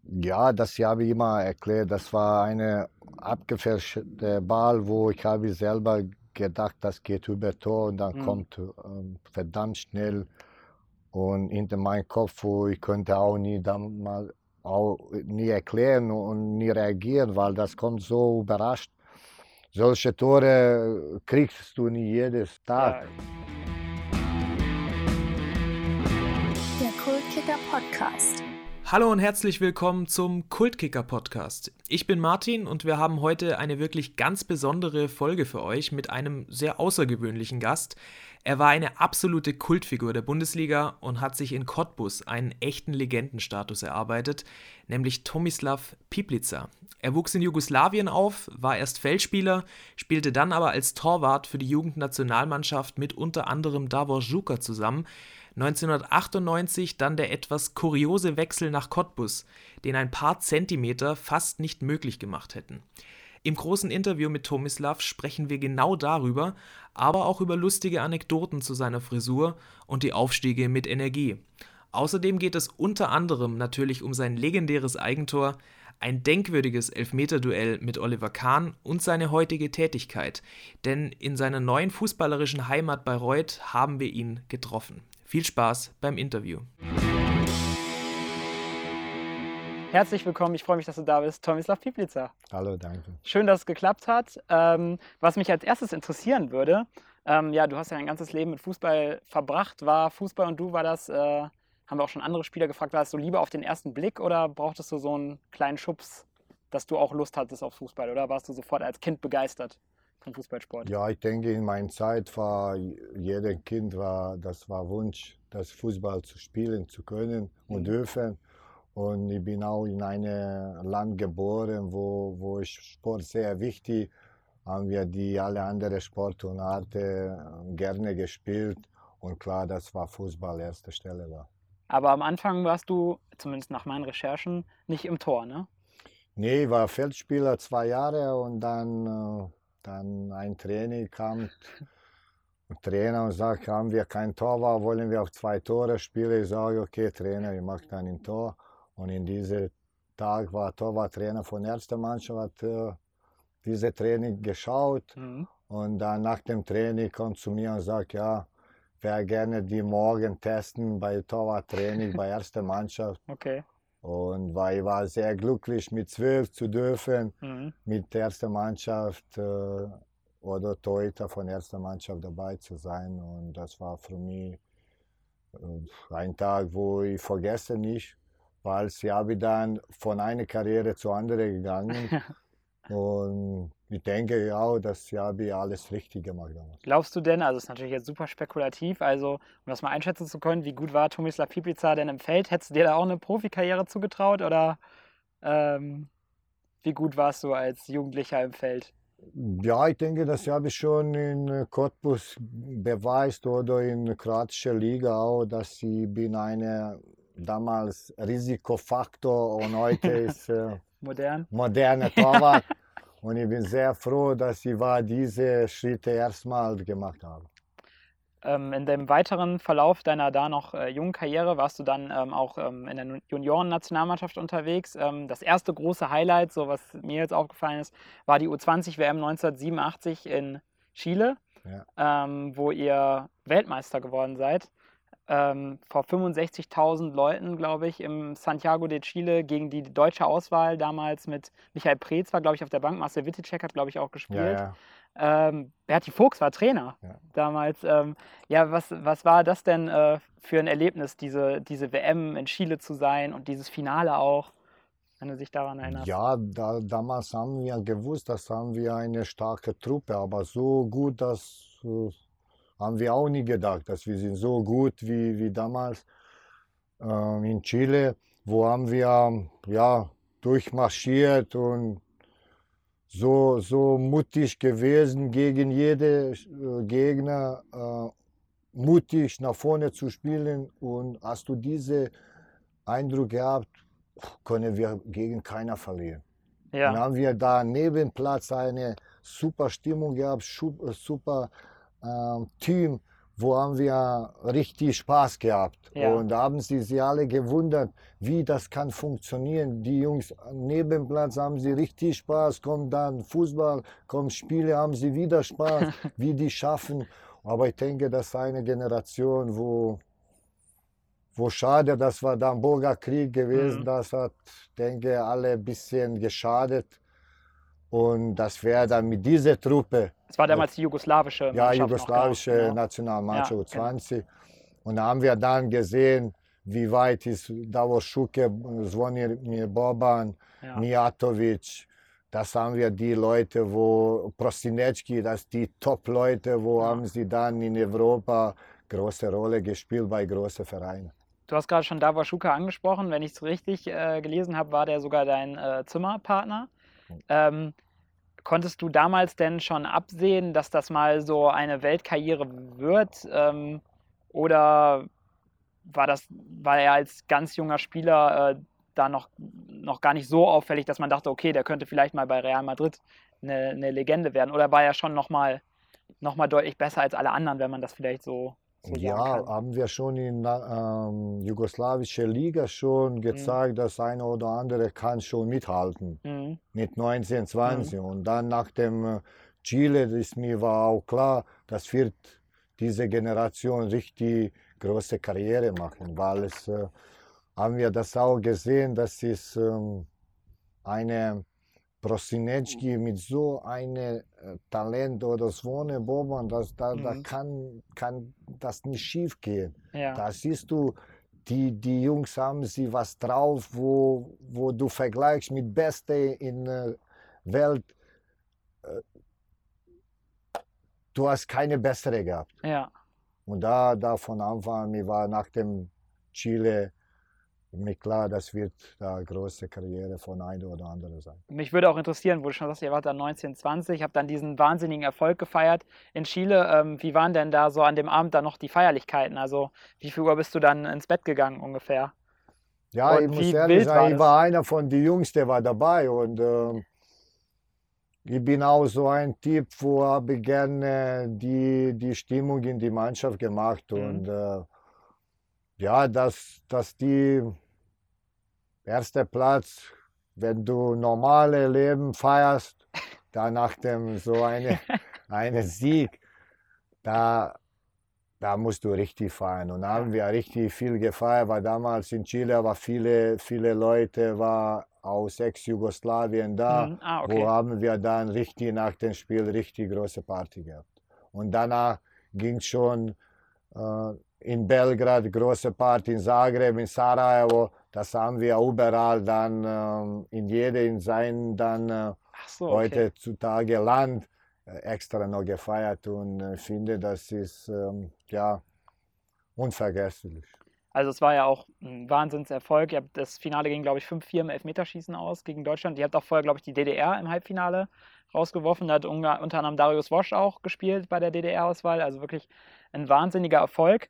Ja, das habe ich immer erklärt. Das war eine abgefälschte Ball, wo ich habe selber gedacht, das geht über Tor und dann Mhm. kommt verdammt schnell und hinter meinem Kopf, wo ich könnte auch nie damals auch nie erklären und nie reagieren, weil das kommt so überrascht. Solche Tore kriegst du nie jedes Tag. Ja, Der Kultkicker Podcast. Hallo und herzlich willkommen zum Kultkicker Podcast. Ich bin Martin und wir haben heute eine wirklich ganz besondere Folge für euch mit einem sehr außergewöhnlichen Gast. Er war eine absolute Kultfigur der Bundesliga und hat sich in Cottbus einen echten Legendenstatus erarbeitet, nämlich Tomislav Piplica. Er wuchs in Jugoslawien auf, war erst Feldspieler, spielte dann aber als Torwart für die Jugendnationalmannschaft mit unter anderem Davor Žuka zusammen. 1998 dann der etwas kuriose Wechsel nach Cottbus, den ein paar Zentimeter fast nicht möglich gemacht hätten. Im großen Interview mit Tomislav sprechen wir genau darüber, aber auch über lustige Anekdoten zu seiner Frisur und die Aufstiege mit Energie. Außerdem geht es unter anderem natürlich um sein legendäres Eigentor, ein denkwürdiges Elfmeterduell mit Oliver Kahn und seine heutige Tätigkeit, denn in seiner neuen fußballerischen Heimat Bayreuth haben wir ihn getroffen. Viel Spaß beim Interview. herzlich willkommen. Ich freue mich, dass du da bist, Tomislav Piplica. Hallo, danke. Schön, dass es geklappt hat. Was mich als erstes interessieren würde, ja, du hast ja ein ganzes Leben mit Fußball verbracht. War Fußball und du, war das, haben wir auch schon andere Spieler gefragt, war es so Liebe auf den ersten Blick oder brauchtest du so einen kleinen Schubs, dass du auch Lust hattest auf Fußball? Oder warst du sofort als Kind begeistert vom Fußballsport? Ja, ich denke, in meiner Zeit war jedem Kind das war Wunsch, das Fußball zu spielen zu können und dürfen. Und ich bin auch in einem Land geboren, wo ich Sport sehr wichtig, haben wir die alle anderen Sportarten gerne gespielt. Und klar, das war Fußball erste Stelle war. Aber am Anfang warst du, zumindest nach meinen Recherchen, nicht im Tor, ne? Nee, ich war Feldspieler 2 Jahre und dann ein Training kam. Trainer und sagt, haben wir kein Torwart, wollen wir auf 2 Tore spielen? Ich sage, okay, Trainer, ich mache dann ein Tor. Und in diesem Tag war Torwarttrainer von der ersten Mannschaft, hat diese Training geschaut. Und dann nach dem Training kommt zu mir und sagt, ja, wäre gerne die morgen testen bei Torwarttraining bei erster Mannschaft. Okay. Und weil ich war sehr glücklich, mit 12 zu dürfen, mit der ersten Mannschaft oder Torhüter von der ersten Mannschaft dabei zu sein. Und das war für mich ein Tag, wo ich vergesse nicht, weil ich habe dann von einer Karriere zur anderen gegangen. Und ich denke ja, dass ich habe alles richtig gemacht damals. Glaubst du denn, also ist natürlich jetzt super spekulativ, also um das mal einschätzen zu können, wie gut war Tomislav Piplica denn im Feld? Hättest du dir da auch eine Profikarriere zugetraut oder wie gut warst du als Jugendlicher im Feld? Ja, ich denke, das habe ich schon in Cottbus beweist oder in kroatischer Liga auch, dass ich bin eine damals Risikofaktor und heute ist Modern? moderner Torwart. Und ich bin sehr froh, dass ich diese Schritte erstmal gemacht habe. In dem weiteren Verlauf deiner da noch jungen Karriere warst du dann auch in der Junioren-Nationalmannschaft unterwegs. Das erste große Highlight, so was mir jetzt aufgefallen ist, war die U20-WM 1987 in Chile, wo ihr Weltmeister geworden seid. Vor 65.000 Leuten, glaube ich, im Santiago de Chile gegen die deutsche Auswahl damals mit Michael Preetz war, glaube ich, auf der Bank. Marcel Wittecek hat, glaube ich, auch gespielt. Berti Vogts war Trainer damals. Ja, was war das denn für ein Erlebnis, diese WM in Chile zu sein und dieses Finale auch, wenn du dich daran erinnerst? Ja, damals haben wir gewusst, dass haben wir eine starke Truppe, aber so gut, das haben wir auch nie gedacht, dass wir sind so gut wie damals in Chile, wo haben wir durchmarschiert und so mutig gewesen, gegen jede Gegner mutig nach vorne zu spielen. Und hast du diesen Eindruck gehabt, können wir gegen keiner verlieren. Ja. Dann haben wir da neben Platz eine super Stimmung gehabt, super Team, wo haben wir richtig Spaß gehabt. Ja. Und da haben sie sich alle gewundert, wie das kann funktionieren. Die Jungs neben dem Platz haben sie richtig Spaß, kommt dann Fußball, kommt Spiele, haben sie wieder Spaß, wie die schaffen. Aber ich denke, das ist eine Generation, wo schade, das war dann Bürgerkrieg gewesen, das hat, denke alle ein bisschen geschadet. Und das wäre dann mit dieser Truppe. Es war damals die jugoslawische Ja, Mannschaft jugoslawische noch, genau. Nationalmannschaft Ja, U20. Und da haben wir dann gesehen, wie weit ist Davor Šuker, Zvonimir Boban, Ja. Mijatovic. Das haben wir die Leute, wo Prosinecki, das die Top-Leute, wo haben sie dann in Europa große Rolle gespielt bei großen Vereinen. Du hast gerade schon Davor Šuker angesprochen. Wenn ich es richtig gelesen habe, war der sogar dein Zimmerpartner. Konntest du damals denn schon absehen, dass das mal so eine Weltkarriere wird? Oder war er als ganz junger Spieler da noch gar nicht so auffällig, dass man dachte, okay, der könnte vielleicht mal bei Real Madrid eine Legende werden? Oder war er schon noch mal deutlich besser als alle anderen, wenn man das vielleicht so sagen Ja, kann? haben wir schon in jugoslawische Liga schon gezeigt, dass einer oder andere kann schon mithalten Mhm. mit 19, 20. Und dann nach dem Chile, mir war auch klar, das wird diese Generation richtig große Karriere machen, weil es haben wir das auch gesehen, das ist eine Prosinecki mit so einem Talent oder Zvone Boban, da kann das nicht schief gehen. Ja. Da siehst du, die Jungs haben sie was drauf, wo du vergleichst mit Beste in der Welt. Du hast keine bessere gehabt. Ja. Und da von Anfang an, mir war nach dem Chile mir klar, das wird eine große Karriere von einem oder anderen sein. Mich würde auch interessieren, wo du schon sagst, ihr wart dann 19, 20, habt dann diesen wahnsinnigen Erfolg gefeiert in Chile. Wie waren denn da so an dem Abend dann noch die Feierlichkeiten? Also wie viel Uhr bist du dann ins Bett gegangen ungefähr? Ja, Und ich muss wie ehrlich wild war sagen, ich das? war einer von den Jungs, der war dabei. Und ich bin auch so ein Typ, wo habe ich gerne die Stimmung in die Mannschaft gemacht. Und ja, dass die erste Platz, wenn du normale Leben feierst, dann nach dem so eine Sieg, da musst du richtig feiern. Und da haben wir richtig viel gefeiert, weil damals in Chile war viele Leute war aus Ex-Jugoslawien da, Ah, okay. wo haben wir dann richtig nach dem Spiel richtig große Party gehabt. Und danach ging schon in Belgrad große Party, in Zagreb, in Sarajevo. Das haben wir überall dann in sein dann Ach so, okay. heutzutage Land extra noch gefeiert und finde, das ist ja unvergesslich. Also es war ja auch ein Wahnsinnserfolg. Ihr habt das Finale ging, glaube ich, 5-4 im Elfmeterschießen aus gegen Deutschland. Ihr habt auch vorher, glaube ich, die DDR im Halbfinale rausgeworfen. Da hat unter anderem Dariusz Wosch auch gespielt bei der DDR-Auswahl. Also wirklich ein wahnsinniger Erfolg.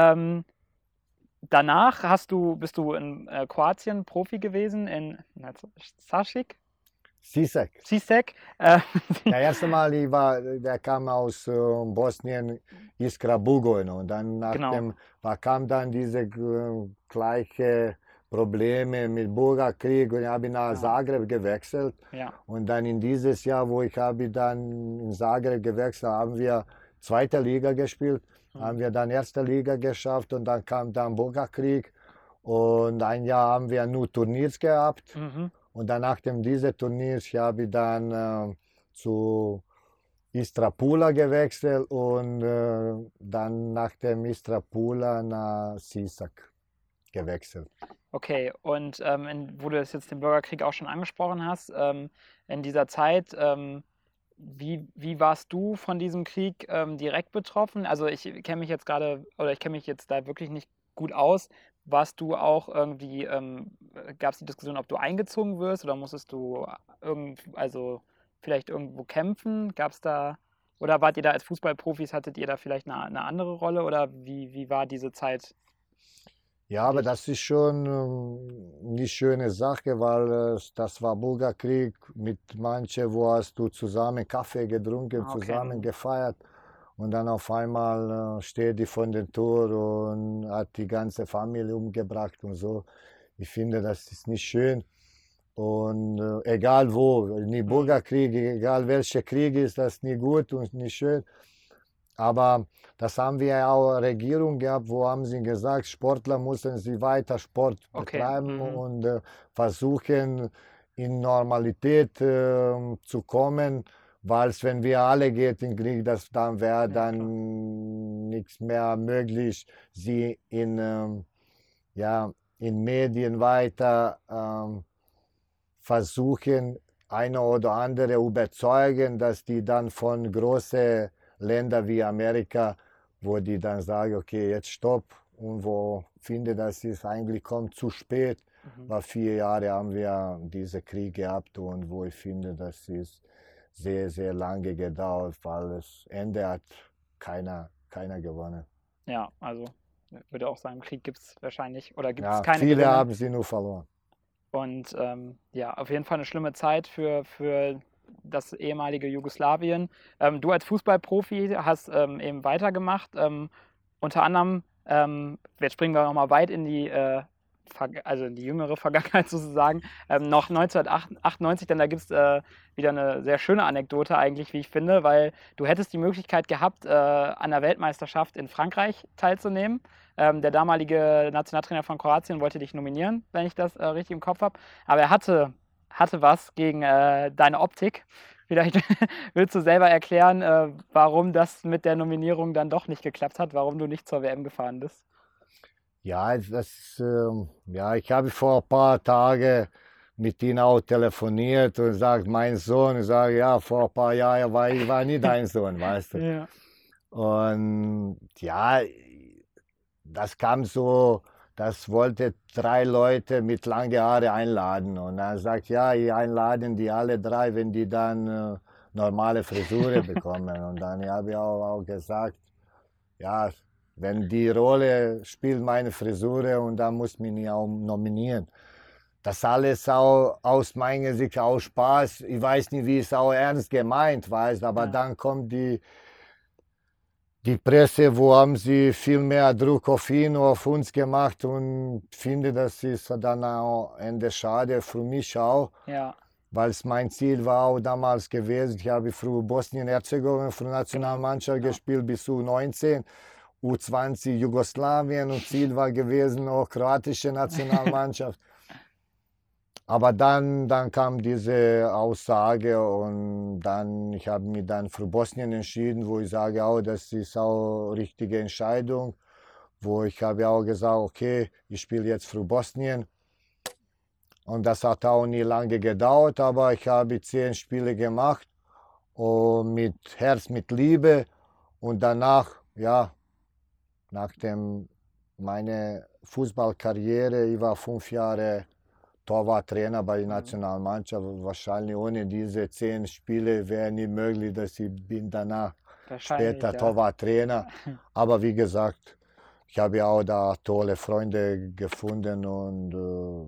Danach bist du in Kroatien Profi gewesen, in Sasik? Sisak. Der erste Mal, der kam aus Bosnien, Iskra Bugojno. Und dann kam dann diese gleiche Probleme mit Bürgerkrieg und ich habe nach Zagreb gewechselt. Ja. Und dann in dieses Jahr, wo ich habe dann in Zagreb gewechselt, haben wir zweite Liga gespielt, haben wir dann erste Liga geschafft und dann kam dann Bürgerkrieg und ein Jahr haben wir nur Turniers gehabt. Und dann nach diesem Turnier habe ich dann zu Istra Pula gewechselt und dann nach dem Istra Pula nach Sisak gewechselt. Okay, und wo du das jetzt den Bürgerkrieg auch schon angesprochen hast, in dieser Zeit, wie warst du von diesem Krieg direkt betroffen? Also ich kenne mich jetzt da wirklich nicht gut aus. Warst du auch irgendwie, gab es die Diskussion, ob du eingezogen wirst oder musstest du vielleicht irgendwo kämpfen? Gab es da, oder wart ihr da als Fußballprofis, hattet ihr da vielleicht eine andere Rolle oder wie war diese Zeit? Ja, aber das ist schon eine schöne Sache, weil das war Bürgerkrieg mit manchen, wo hast du zusammen Kaffee getrunken, zusammen gefeiert. Und dann auf einmal steht die vor der Tür und hat die ganze Familie umgebracht und so. Ich finde, das ist nicht schön. Und egal wo, nie Bürgerkriege, egal welcher Krieg ist, das nie gut und nicht schön. Aber das haben wir ja auch Regierung gehabt, wo haben sie gesagt, Sportler müssen sie weiter Sport betreiben und versuchen in Normalität zu kommen, weil wenn wir alle gehen in den Krieg, dann wäre dann nichts mehr möglich, sie in Medien weiter versuchen, eine oder andere überzeugen, dass die dann von großen Ländern wie Amerika, wo die dann sagen, okay, jetzt stopp, und wo finde, das ist eigentlich kommt zu spät, weil 4 Jahre haben wir diesen Krieg gehabt und wo ich finde, das ist sehr, sehr lange gedauert, weil das Ende hat keiner gewonnen. Ja, also ich würde auch sagen, im Krieg gibt es wahrscheinlich, oder gibt es Ja, keine viele Gewinner. haben sie nur verloren. Und ja, auf jeden Fall eine schlimme Zeit für das ehemalige Jugoslawien. Du als Fußballprofi hast eben weitergemacht. Unter anderem, jetzt springen wir nochmal weit in die, also in die jüngere Vergangenheit sozusagen, noch 1998, denn da gibt es wieder eine sehr schöne Anekdote eigentlich, wie ich finde, weil du hättest die Möglichkeit gehabt, an der Weltmeisterschaft in Frankreich teilzunehmen. Der damalige Nationaltrainer von Kroatien wollte dich nominieren, wenn ich das richtig im Kopf habe. Aber er hatte was gegen deine Optik. Vielleicht willst du selber erklären, warum das mit der Nominierung dann doch nicht geklappt hat, warum du nicht zur WM gefahren bist. Ja, ich habe vor ein paar Tagen mit ihm auch telefoniert und sagt, mein Sohn, ich sage, ja, vor ein paar Jahren war nie dein Sohn, weißt du. Ja. Und ja, das kam so, das wollte 3 Leute mit langen Haaren einladen. Und er sagt, ja, ich einladen die alle 3, wenn die dann normale Frisur bekommen. Und dann habe ich auch gesagt, ja, wenn die Rolle spielt meine Frisur und dann muss man mich auch nominieren. Das alles auch aus meiner Sicht auch Spaß. Ich weiß nicht, wie es auch ernst gemeint war, aber dann kommt die Presse, wo haben sie viel mehr Druck auf ihn, auf uns gemacht und finde, das ist dann auch Ende schade für mich auch. Ja. Weil es mein Ziel war auch damals gewesen. Ich habe für Bosnien-Herzegowina für die Nationalmannschaft gespielt bis U19, U20 Jugoslawien und Ziel war gewesen auch kroatische Nationalmannschaft. Aber dann kam diese Aussage und dann, ich habe mich dann für Bosnien entschieden, wo ich sage auch, das ist auch eine richtige Entscheidung, wo ich habe auch gesagt, okay, ich spiele jetzt für Bosnien. Und das hat auch nie lange gedauert, aber ich habe 10 Spiele gemacht und mit Herz, mit Liebe. Und danach, ja, nachdem meine Fußballkarriere, ich war 5 Jahre Torwarttrainer bei der Nationalmannschaft. Wahrscheinlich ohne diese 10 Spiele wäre nicht möglich, dass ich bin danach später Torwarttrainer. Aber wie gesagt, ich habe ja auch da tolle Freunde gefunden und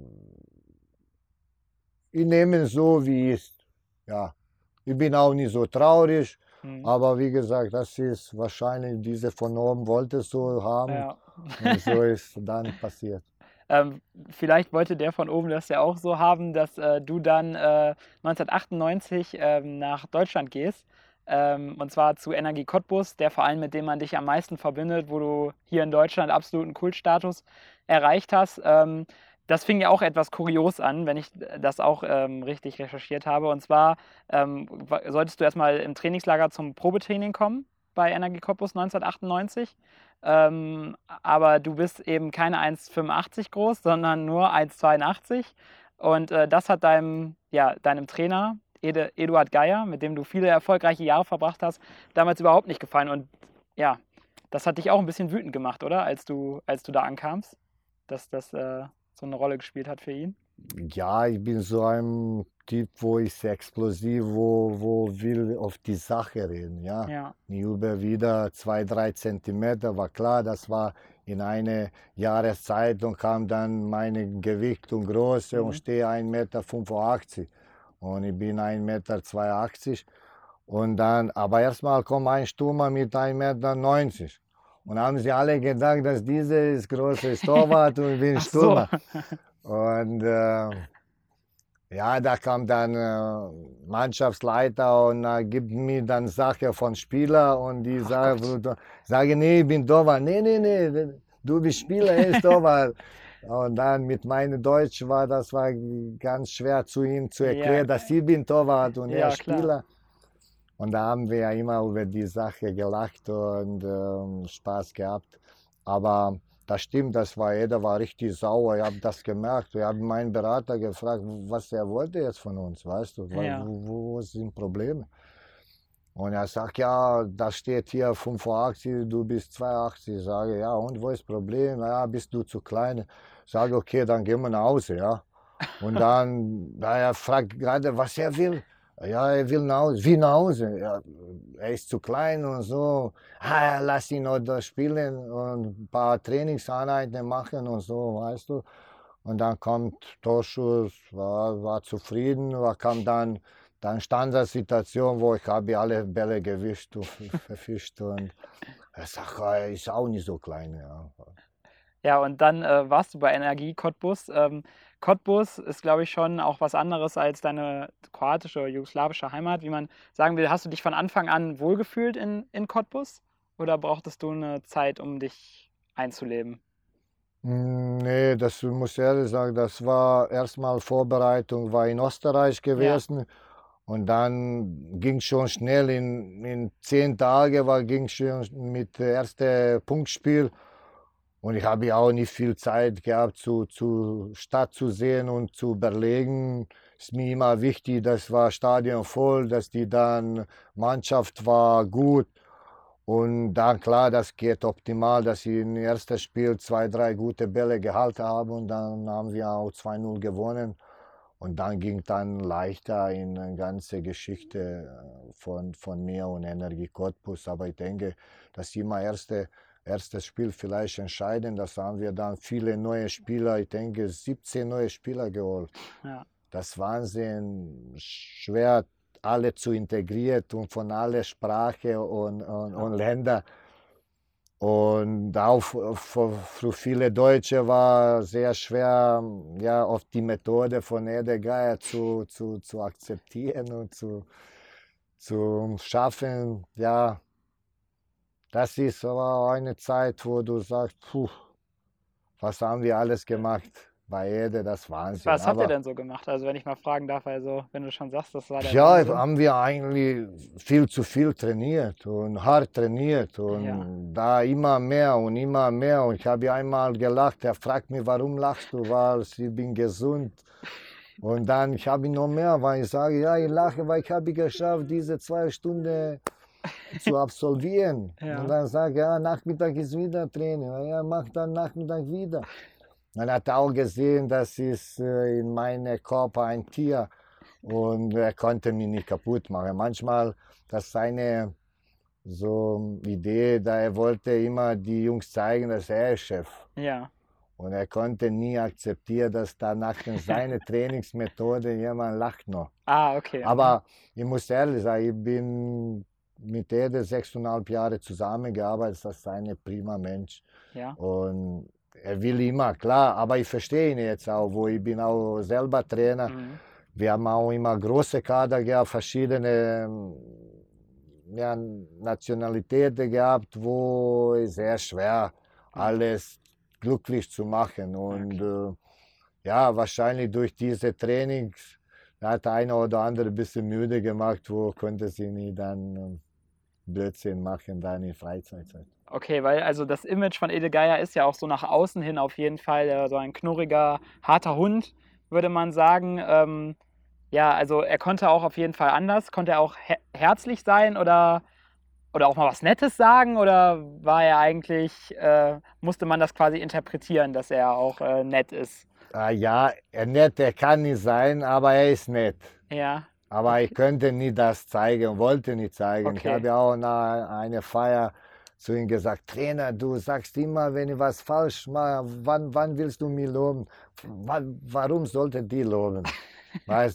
ich nehme es so, wie es ist. Ja, ich bin auch nicht so traurig, aber wie gesagt, das ist wahrscheinlich, diese von oben wollte es so haben. Ja. Und so ist dann passiert. Vielleicht wollte der von oben das ja auch so haben, dass du dann 1998 nach Deutschland gehst. Und zwar zu Energie Cottbus, der Verein, mit dem man dich am meisten verbindet, wo du hier in Deutschland absoluten Kultstatus erreicht hast. Das fing ja auch etwas kurios an, wenn ich das auch richtig recherchiert habe. Und zwar solltest du erstmal im Trainingslager zum Probetraining kommen bei Energie Cottbus 1998. Aber du bist eben keine 1,85 groß, sondern nur 1,82. Und das hat deinem Trainer Eduard Geier, mit dem du viele erfolgreiche Jahre verbracht hast, damals überhaupt nicht gefallen. Und ja, das hat dich auch ein bisschen wütend gemacht, oder? Als du da ankamst, dass das so eine Rolle gespielt hat für ihn? Ja, ich bin so ein Typ, wo ich sehr explosiv, wo will auf die Sache reden. Ja. Nie über wieder 2-3 Zentimeter, war klar, das war in einer Jahreszeit und kam dann meine Gewicht und Größe und stehe 1,85 Meter und ich bin 1,82 Meter. Und dann, aber erstmal kommt ein Stürmer mit 1,90 Meter. Und haben sie alle gedacht, dass dieser ist großes Torwart und ich bin Ach so. Stürmer. Und ja, da kam dann Mannschaftsleiter und gibt mir dann Sache von Spieler und die sagen, nee, ich bin Torwart. Nee, du bist Spieler, er ist Torwart. Und dann mit meinem Deutsch war ganz schwer zu ihm zu erklären, dass ich bin Torwart und er Ja, klar. Spieler. Und da haben wir ja immer über die Sache gelacht und Spaß gehabt. Aber das stimmt, jeder war richtig sauer. Ich habe das gemerkt. Ich habe meinen Berater gefragt, was er wollte jetzt von uns, weißt du, Ja. wo sind Probleme? Und er sagt, ja, da steht hier 85, du bist 82. Ich sage, ja, und wo ist das Problem? Ja, bist du zu klein? Ich sage, okay, dann gehen wir nach Hause, ja. Und dann, er fragt gerade, was er will. Ja, er will nach Hause. Wie nach Hause? Ja, er ist zu klein und so. Ah, lass ihn noch da spielen und ein paar Trainingseinheiten machen und so, weißt du. Und dann kommt Torschuss, war zufrieden, kam dann Standardsituation, wo ich habe alle Bälle gewischt und verfischt. Und er sagt, er ist auch nicht so klein. Ja. Ja, und dann warst du bei Energie Cottbus. Cottbus ist, glaube ich, schon auch was anderes als deine kroatische, jugoslawische Heimat, wie man sagen will. Hast du dich von Anfang an wohlgefühlt in Cottbus oder brauchtest du eine Zeit, um dich einzuleben? Nee, das muss ich ehrlich sagen, das war erstmal Vorbereitung, war in Österreich gewesen. Und dann ging schon schnell, in 10 Tagen ging schon mit dem ersten Punktspiel. Und ich habe auch nicht viel Zeit gehabt, zu Stadt zu sehen und zu überlegen. Es ist mir immer wichtig, das war Stadion voll, dass die Mannschaft war gut. Und dann klar, das geht optimal, dass ich im ersten Spiel 2, 3 gute Bälle gehalten habe und dann haben wir auch 2-0 gewonnen. Und dann ging dann leichter in eine ganze Geschichte von mir und Energie Cottbus. Aber ich denke, dass immer erstes Spiel vielleicht entscheiden. Das haben wir dann viele neue Spieler, ich denke 17 neue Spieler geholt. Ja. Das ist Wahnsinn, schwer alle zu integrieren und von aller Sprache und Länder. Und auch für viele Deutsche war sehr schwer, ja, oft die Methode von Ede Geier zu akzeptieren und zu schaffen. Ja, das ist aber eine Zeit, wo du sagst, puh, was haben wir alles gemacht bei Ede, das ist Wahnsinn. Was habt ihr denn so gemacht? Also wenn ich mal fragen darf, also wenn du schon sagst, das war der Ja, Wahnsinn. haben wir eigentlich viel zu viel trainiert und hart trainiert und Ja. da immer mehr und immer mehr. Und ich habe einmal gelacht, er fragt mich, warum lachst du, weil ich bin gesund. Und dann, ich habe noch mehr, weil ich sage, ja, ich lache, weil ich habe geschafft, diese 2 Stunden zu absolvieren. Ja. Und dann sage ich, ja, Nachmittag ist wieder Training. Ja, mach dann Nachmittag wieder. Dann hat er auch gesehen, das ist in meinem Körper ein Tier und er konnte mich nicht kaputt machen. Manchmal, das ist seine so Idee, da er wollte immer die Jungs zeigen, dass er ist Chef. Ja. Und er konnte nie akzeptieren, dass da nach seiner Trainingsmethode jemand lacht noch. Ah, okay. Aber ich muss ehrlich sagen, ich bin mit Ede 6,5 Jahre zusammengearbeitet, das ist ein prima Mensch. Ja. Und er will immer, klar, aber ich verstehe ihn jetzt auch, wo ich bin auch selber Trainer. Mhm. Wir haben auch immer große Kader gehabt, verschiedene Nationalitäten gehabt, wo es sehr schwer alles glücklich zu machen. Und ja, wahrscheinlich durch diese Trainings hat der eine oder andere ein bisschen müde gemacht, wo konnte sie nie dann Blödsinn machen, dann in Freizeitzeit. Okay, weil also das Image von Ede Geier ist ja auch so nach außen hin auf jeden Fall so ein knurriger, harter Hund, würde man sagen. Ja, also er konnte auch auf jeden Fall anders. Konnte er auch herzlich sein oder auch mal was Nettes sagen? Oder war er eigentlich, musste man das quasi interpretieren, dass er auch nett ist? Ja, nett, er kann nicht sein, aber er ist nett. Ja, Aber ich könnte nie das zeigen, wollte nicht zeigen. Ich Okay. habe auch nach einer Feier zu ihm gesagt, Trainer, du sagst immer, wenn ich was falsch mache, wann willst du mich loben? Warum sollte die loben? Weißt du?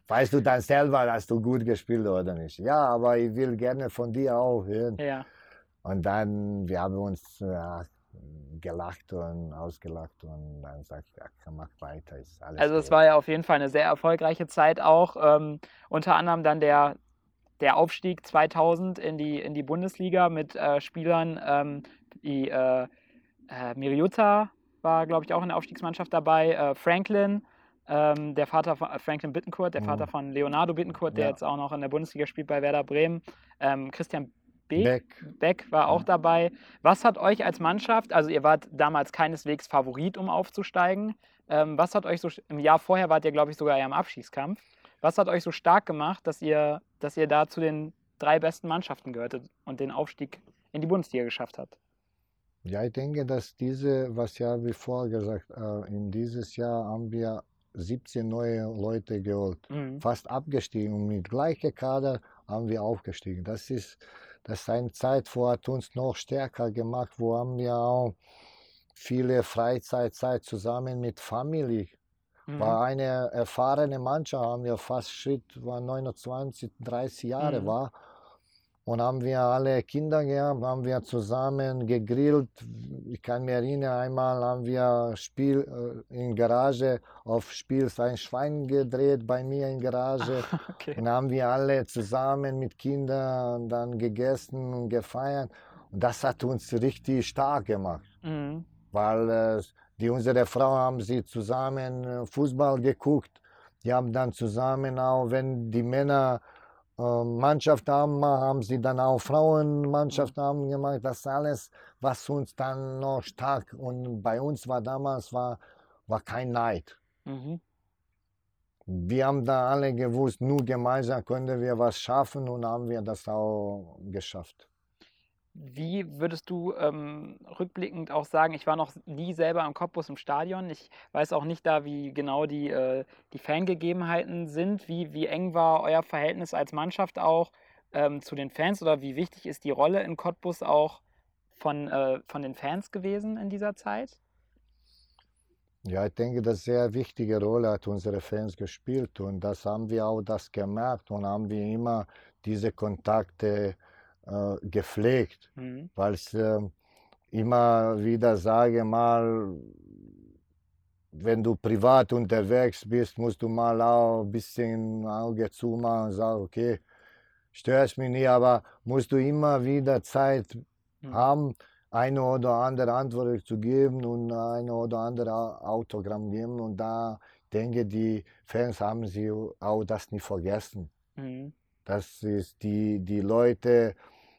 weißt du dann selber, hast du gut gespielt oder nicht? Ja, aber ich will gerne von dir auch hören. Ja. Und dann, wir haben uns gelacht und ausgelacht und dann sagt ja, mach weiter, ist alles Also es gut. war ja auf jeden Fall eine sehr erfolgreiche Zeit auch. Unter anderem dann der Aufstieg 2000 in die Bundesliga mit Spielern wie Miriuta war, glaube ich, auch in der Aufstiegsmannschaft dabei. Franklin, der Vater von Franklin Bittencourt, der Vater von Leonardo Bittencourt, der Ja. jetzt auch noch in der Bundesliga spielt bei Werder Bremen. Christian Beck. Beck war auch Ja. dabei. Was hat euch als Mannschaft, also ihr wart damals keineswegs Favorit, um aufzusteigen, was hat euch so, im Jahr vorher wart ihr, glaube ich, sogar eher im Abstiegskampf. Was hat euch so stark gemacht, dass ihr da zu den 3 besten Mannschaften gehörtet und den Aufstieg in die Bundesliga geschafft habt? Ja, ich denke, dass was ja wie vorher gesagt, in dieses Jahr haben wir 17 neue Leute geholt, fast abgestiegen und mit gleicher Kader haben wir aufgestiegen. Das ist eine Zeit, wo hat uns noch stärker gemacht, wo haben wir auch viele Freizeitzeit zusammen mit Familie. War eine erfahrene Mannschaft, haben wir fast war 29, 30 Jahre war. Und haben wir alle Kinder gehabt, haben wir zusammen gegrillt. Ich kann mich erinnern, einmal haben wir in Garage auf Spiel ein Schwein gedreht bei mir in Garage. Okay. Und haben wir alle zusammen mit Kindern dann gegessen und gefeiert. Und das hat uns richtig stark gemacht. Weil unsere Frau haben sie zusammen Fußball geguckt. Die haben dann zusammen auch, wenn die Männer Mannschaft haben sie dann auch Frauenmannschaft haben gemacht. Das alles, was uns dann noch stark und bei uns war damals war kein Neid. Wir haben da alle gewusst, nur gemeinsam können wir was schaffen und haben wir das auch geschafft. Wie würdest du rückblickend auch sagen, ich war noch nie selber am Cottbus im Stadion, ich weiß auch nicht da, wie genau die Fangegebenheiten sind, wie eng war euer Verhältnis als Mannschaft auch zu den Fans oder wie wichtig ist die Rolle in Cottbus auch von den Fans gewesen in dieser Zeit? Ja, ich denke, dass sehr wichtige Rolle hat unsere Fans gespielt und das haben wir auch gemerkt und haben wir immer diese Kontakte gepflegt, weil ich immer wieder sage mal, wenn du privat unterwegs bist, musst du mal auch ein bisschen Auge zumachen und sagen, okay, störst mich nicht, aber musst du immer wieder Zeit haben, eine oder andere Antwort zu geben und eine oder andere Autogramm geben und da denke die Fans haben sie auch das nicht vergessen. Das ist die Leute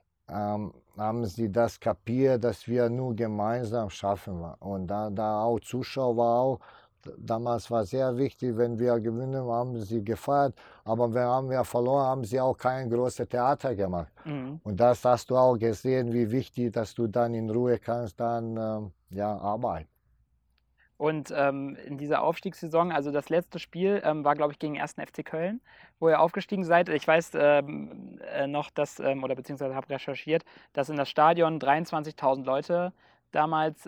haben sie das kapiert, dass wir nur gemeinsam schaffen. Und da auch Zuschauer auch, damals war sehr wichtig, wenn wir gewinnen, haben sie gefeiert, aber wenn wir verloren, haben sie auch kein großes Theater gemacht. Und das hast du auch gesehen, wie wichtig, dass du dann in Ruhe kannst dann arbeiten. Und in dieser Aufstiegssaison, also das letzte Spiel war, glaube ich, gegen den 1. FC Köln, wo ihr aufgestiegen seid. Ich weiß noch, dass, oder beziehungsweise habe recherchiert, dass in das Stadion 23.000 Leute damals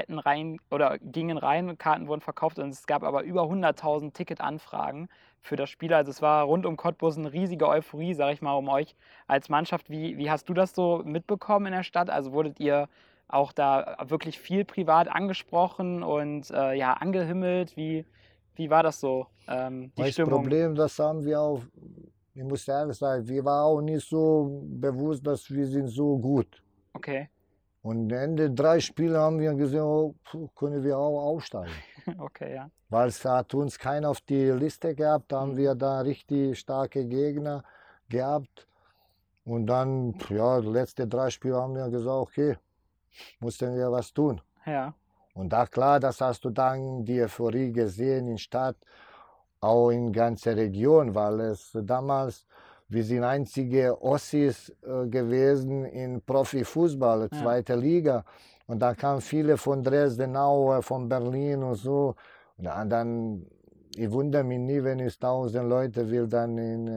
gingen rein, Karten wurden verkauft und es gab aber über 100.000 Ticketanfragen für das Spiel. Also es war rund um Cottbus eine riesige Euphorie, sage ich mal, um euch als Mannschaft. Wie hast du das so mitbekommen in der Stadt? Also wurdet ihr auch da wirklich viel privat angesprochen und angehimmelt? Wie war das so, die Das Stimmung? Problem, das haben wir auch, ich muss ehrlich sagen, wir waren auch nicht so bewusst, dass wir sind so gut. Okay. Und Ende 3 Spiele haben wir gesehen, oh, können wir auch aufsteigen. Okay, ja. Weil es hat uns keiner auf die Liste gehabt, da haben wir da richtig starke Gegner gehabt. Und dann, ja, die letzten 3 Spiele haben wir gesagt, okay, mussten wir was tun. Ja. Und da klar, das hast du dann die Euphorie gesehen in Stadt, auch in ganzer Region, weil es damals, wir sind einzige Ossis gewesen in Profifußball, zweite Liga. Und da kamen viele von Dresden, Aue, von Berlin und so. Und dann, ich wundere mich nie, wenn es 1.000 Leute will, dann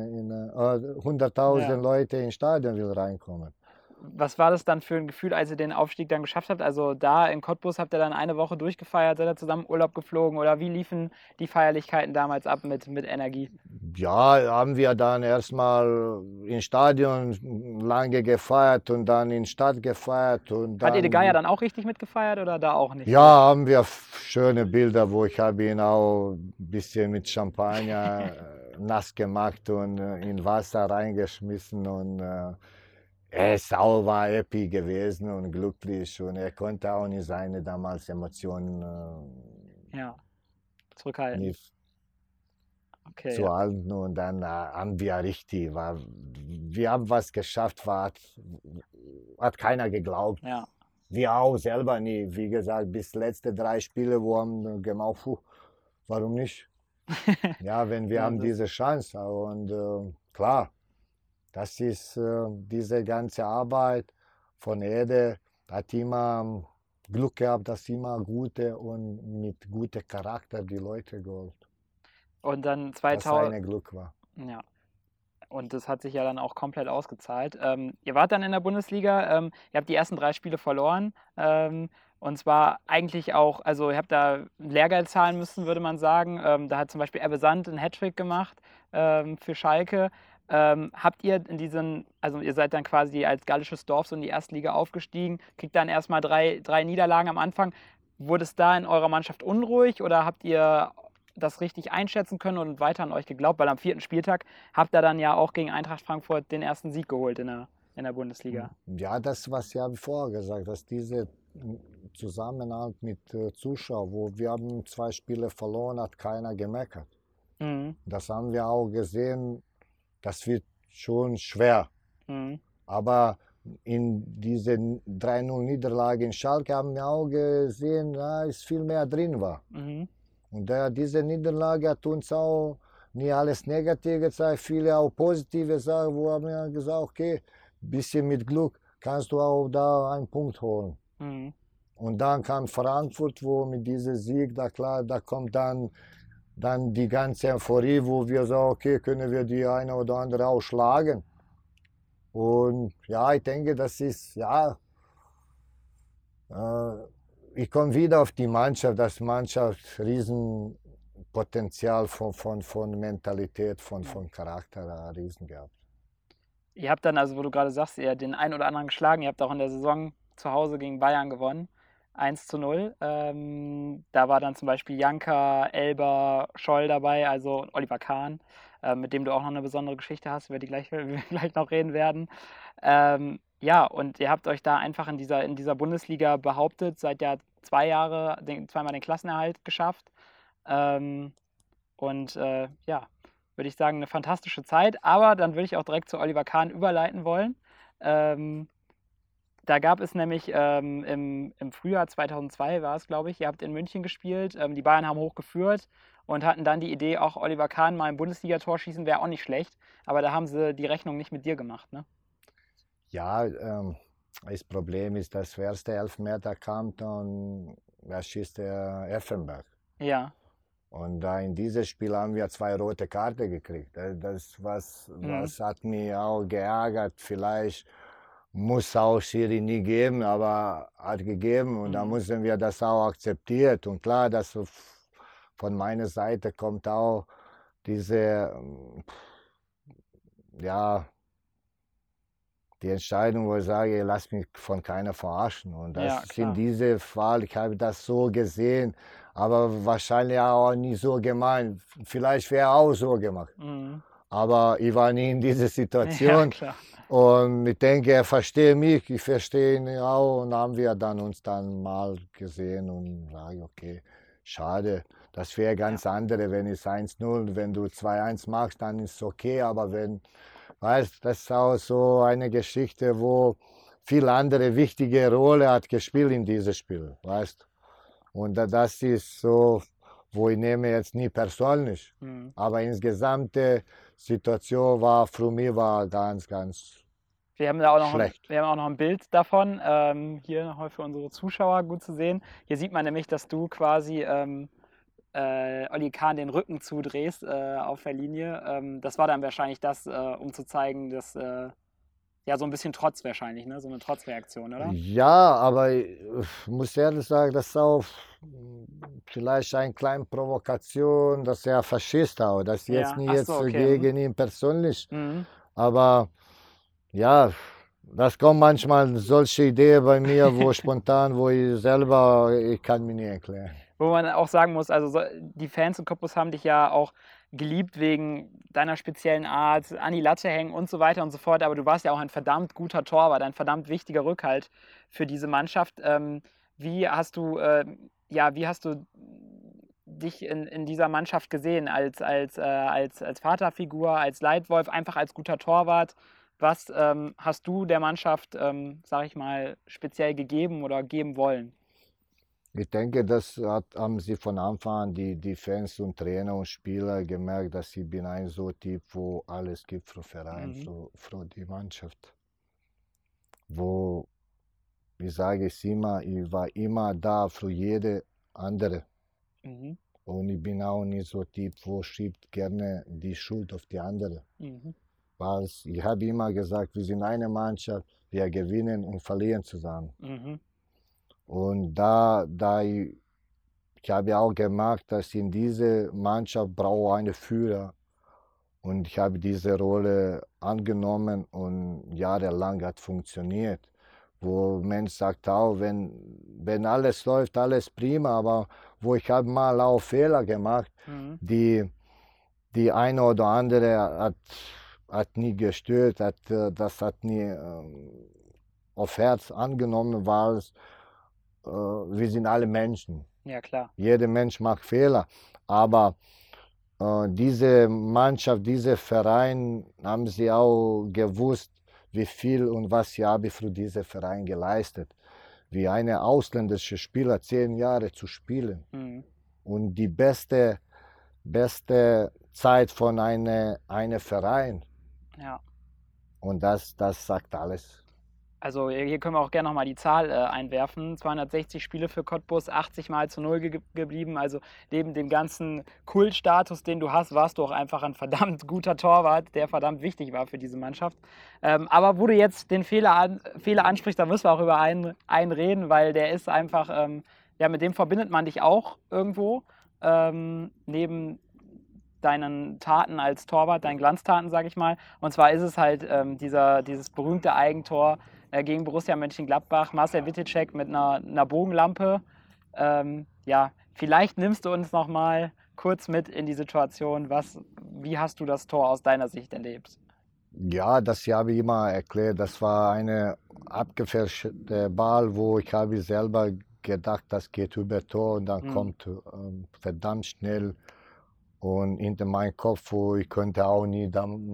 100.000 Leute ins Stadion will reinkommen. Was war das dann für ein Gefühl, als ihr den Aufstieg dann geschafft habt? Also da in Cottbus habt ihr dann eine Woche durchgefeiert, seid ihr zusammen Urlaub geflogen oder wie liefen die Feierlichkeiten damals ab mit Energie? Ja, haben wir dann erstmal im Stadion lange gefeiert und dann in Stadt gefeiert. Und Hat Edegeier dann, dann auch richtig mitgefeiert oder da auch nicht? ja, haben wir schöne Bilder, wo ich habe ihn auch ein bisschen mit Champagner nass gemacht und in Wasser reingeschmissen. Und war happy gewesen und glücklich. Und er konnte auch nicht seine damals Emotionen Ja, zurückhalten. nicht Okay, zu ja. halten. Und dann haben wir richtig, wir haben was geschafft, hat keiner geglaubt. Ja. Wir auch selber nie. Wie gesagt, bis letzte 3 Spiele, wo haben gemacht, warum nicht? Ja, wenn wir Ja, haben das- diese Chance. Und klar, das ist diese ganze Arbeit von Ede, hat immer Glück gehabt, dass immer gute und mit gutem Charakter die Leute geholt. Und dann Das 2000, seine Glück war. ja. Und das hat sich ja dann auch komplett ausgezahlt. Ihr wart dann in der Bundesliga, ihr habt die ersten 3 Spiele verloren. Und zwar eigentlich auch, also ihr habt da Lehrgeld zahlen müssen, würde man sagen. Da hat zum Beispiel Ebbe Sand einen Hattrick gemacht für Schalke. Habt ihr also ihr seid dann quasi als gallisches Dorf so in die erste Liga aufgestiegen, kriegt dann erstmal 3 Niederlagen am Anfang. Wurde es da in eurer Mannschaft unruhig oder habt ihr das richtig einschätzen können und weiter an euch geglaubt? Weil am 4. Spieltag habt ihr dann ja auch gegen Eintracht Frankfurt den ersten Sieg geholt in der Bundesliga. Ja, das, was ich habe vorher gesagt, dass diese Zusammenhalt mit Zuschauern, wo wir haben 2 Spiele verloren, hat keiner gemeckert. Mhm. Das haben wir auch gesehen, das wird schon schwer. Mhm. Aber in diese 3-0 Niederlage in Schalke haben wir auch gesehen, dass viel mehr drin war. Mhm. Und diese Niederlage hat uns auch nicht alles negativ gezeigt, viele auch positive Sachen, wo haben wir gesagt, okay, bisschen mit Glück kannst du auch da einen Punkt holen. Mhm. Und dann kam Frankfurt, wo mit diesem Sieg, da klar, da kommt dann die ganze Euphorie, wo wir sagen, okay, können wir die eine oder andere auch schlagen. Und ja, ich denke, das ist, ja, ich komme wieder auf die Mannschaft, das Mannschaft Riesenpotenzial von Mentalität, von Charakter, riesen gehabt. Ihr habt dann, also wo du gerade sagst, ihr den einen oder anderen geschlagen, ihr habt auch in der Saison zu Hause gegen Bayern gewonnen, 1:0. Da war dann zum Beispiel Janka, Elber, Scholl dabei, also Oliver Kahn, mit dem du auch noch eine besondere Geschichte hast, über die wir gleich noch reden werden. Ja, und ihr habt euch da einfach in dieser Bundesliga behauptet, seid ja 2 Jahre, zweimal den Klassenerhalt geschafft. Ja, würde ich sagen, eine fantastische Zeit. Aber dann würde ich auch direkt zu Oliver Kahn überleiten wollen. Da gab es nämlich im Frühjahr 2002 war es, glaube ich, ihr habt in München gespielt, die Bayern haben hochgeführt und hatten dann die Idee, auch Oliver Kahn mal ein Bundesliga-Tor schießen, wäre auch nicht schlecht. Aber da haben sie die Rechnung nicht mit dir gemacht, ne? Ja, das Problem ist, dass der erste Elfmeter kam und da schießt der Effenberg. Ja. Und da in diesem Spiel haben wir 2 rote Karten gekriegt. Was hat mich auch geärgert. Vielleicht muss auch Schiri nie geben, aber hat gegeben. Und da müssen wir das auch akzeptieren. Und klar, dass von meiner Seite kommt auch diese, ja, die Entscheidung, wo ich sage, lass mich von keiner verarschen. Und das Ja, ist klar. in diesem Fall, ich habe das so gesehen, aber wahrscheinlich auch nicht so gemeint. Vielleicht wäre auch so gemacht. Mhm. Aber ich war nie in dieser Ja, Situation. klar. Und ich denke, er versteht mich, ich verstehe ihn auch. Und haben wir uns dann mal gesehen und sage, okay, schade. Das wäre ganz andere, wenn es 1:0, wenn du 2:1 machst, dann ist es okay. Aber weißt, das ist auch so eine Geschichte, wo viel andere wichtige Rolle hat gespielt in diesem Spiel, weißt. Und das ist so, wo ich nehme jetzt nie persönlich. Mhm. Aber insgesamt die Situation war für mich ganz, ganz Wir haben da auch noch schlecht. wir haben auch noch ein Bild davon, hier nochmal für unsere Zuschauer gut zu sehen. Hier sieht man nämlich, dass du quasi Oli Kahn den Rücken zudrehst auf der Linie. Das war dann wahrscheinlich das, um zu zeigen, dass Ja, so ein bisschen Trotz wahrscheinlich, ne? So eine Trotzreaktion, oder? Ja, aber ich muss ehrlich sagen, das ist auch vielleicht eine kleine Provokation, dass er Faschist auch. Das ist jetzt Ja, nicht ach so, jetzt okay. gegen ihn persönlich, Mhm. aber ja, das kommen manchmal solche Ideen bei mir, wo spontan, wo ich selber, ich kann mir nicht erklären. Wo man auch sagen muss, also die Fans in Cottbus haben dich ja auch geliebt wegen deiner speziellen Art, an die Latte hängen und so weiter und so fort. Aber du warst ja auch ein verdammt guter Torwart, ein verdammt wichtiger Rückhalt für diese Mannschaft. Wie hast du, wie hast du dich in dieser Mannschaft gesehen? Als Vaterfigur, als Leitwolf, einfach als guter Torwart? Was hast du der Mannschaft, sag ich mal, speziell gegeben oder geben wollen? Ich denke, haben sie von Anfang an, die Fans und Trainer und Spieler gemerkt, dass ich bin ein so Typ, wo alles gibt für Verein, Mhm. für die Mannschaft. Wo, ich sage es immer, ich war immer da für jede andere. Mhm. Und ich bin auch nicht so Typ, wo schiebt gerne die Schuld auf die andere. Mhm. Weil ich habe immer gesagt, wir sind eine Mannschaft, wir gewinnen und verlieren zusammen. Mhm. Und ich habe auch gemerkt, dass in dieser Mannschaft brauche eine Führer. Und ich habe diese Rolle angenommen und jahrelang hat funktioniert. Wo ein Mensch sagt auch, wenn alles läuft, alles prima, aber wo ich habe mal auch Fehler gemacht, Mhm. die eine oder andere hat nie gestört, das hat nie auf Herz angenommen, weil wir sind alle Menschen. Ja, klar. Jeder Mensch macht Fehler, aber diese Mannschaft, dieser Verein, haben sie auch gewusst, wie viel und was ich habe für diesen Verein geleistet. Wie eine ausländische Spieler 10 Jahre zu spielen Mhm. und die beste Zeit von einem Verein. Ja. Und das sagt alles. Also hier können wir auch gerne nochmal die Zahl einwerfen. 260 Spiele für Cottbus, 80 Mal zu 0 geblieben. Also neben dem ganzen Kultstatus, den du hast, warst du auch einfach ein verdammt guter Torwart, der verdammt wichtig war für diese Mannschaft. Aber wo du jetzt den Fehler ansprichst, da müssen wir auch über einen reden, weil der ist einfach, mit dem verbindet man dich auch irgendwo. Neben deinen Taten als Torwart, deinen Glanztaten, sage ich mal. Und zwar ist es halt dieses berühmte Eigentor gegen Borussia Mönchengladbach, Marcel Wittecek mit einer Bogenlampe. Vielleicht nimmst du uns noch mal kurz mit in die Situation. Wie hast du das Tor aus deiner Sicht erlebt? Ja, das habe ich immer erklärt. Das war eine abgefälschte Ball, wo ich habe selber gedacht, das geht über Tor und dann kommt verdammt schnell und hinter meinem Kopf, wo ich könnte auch nie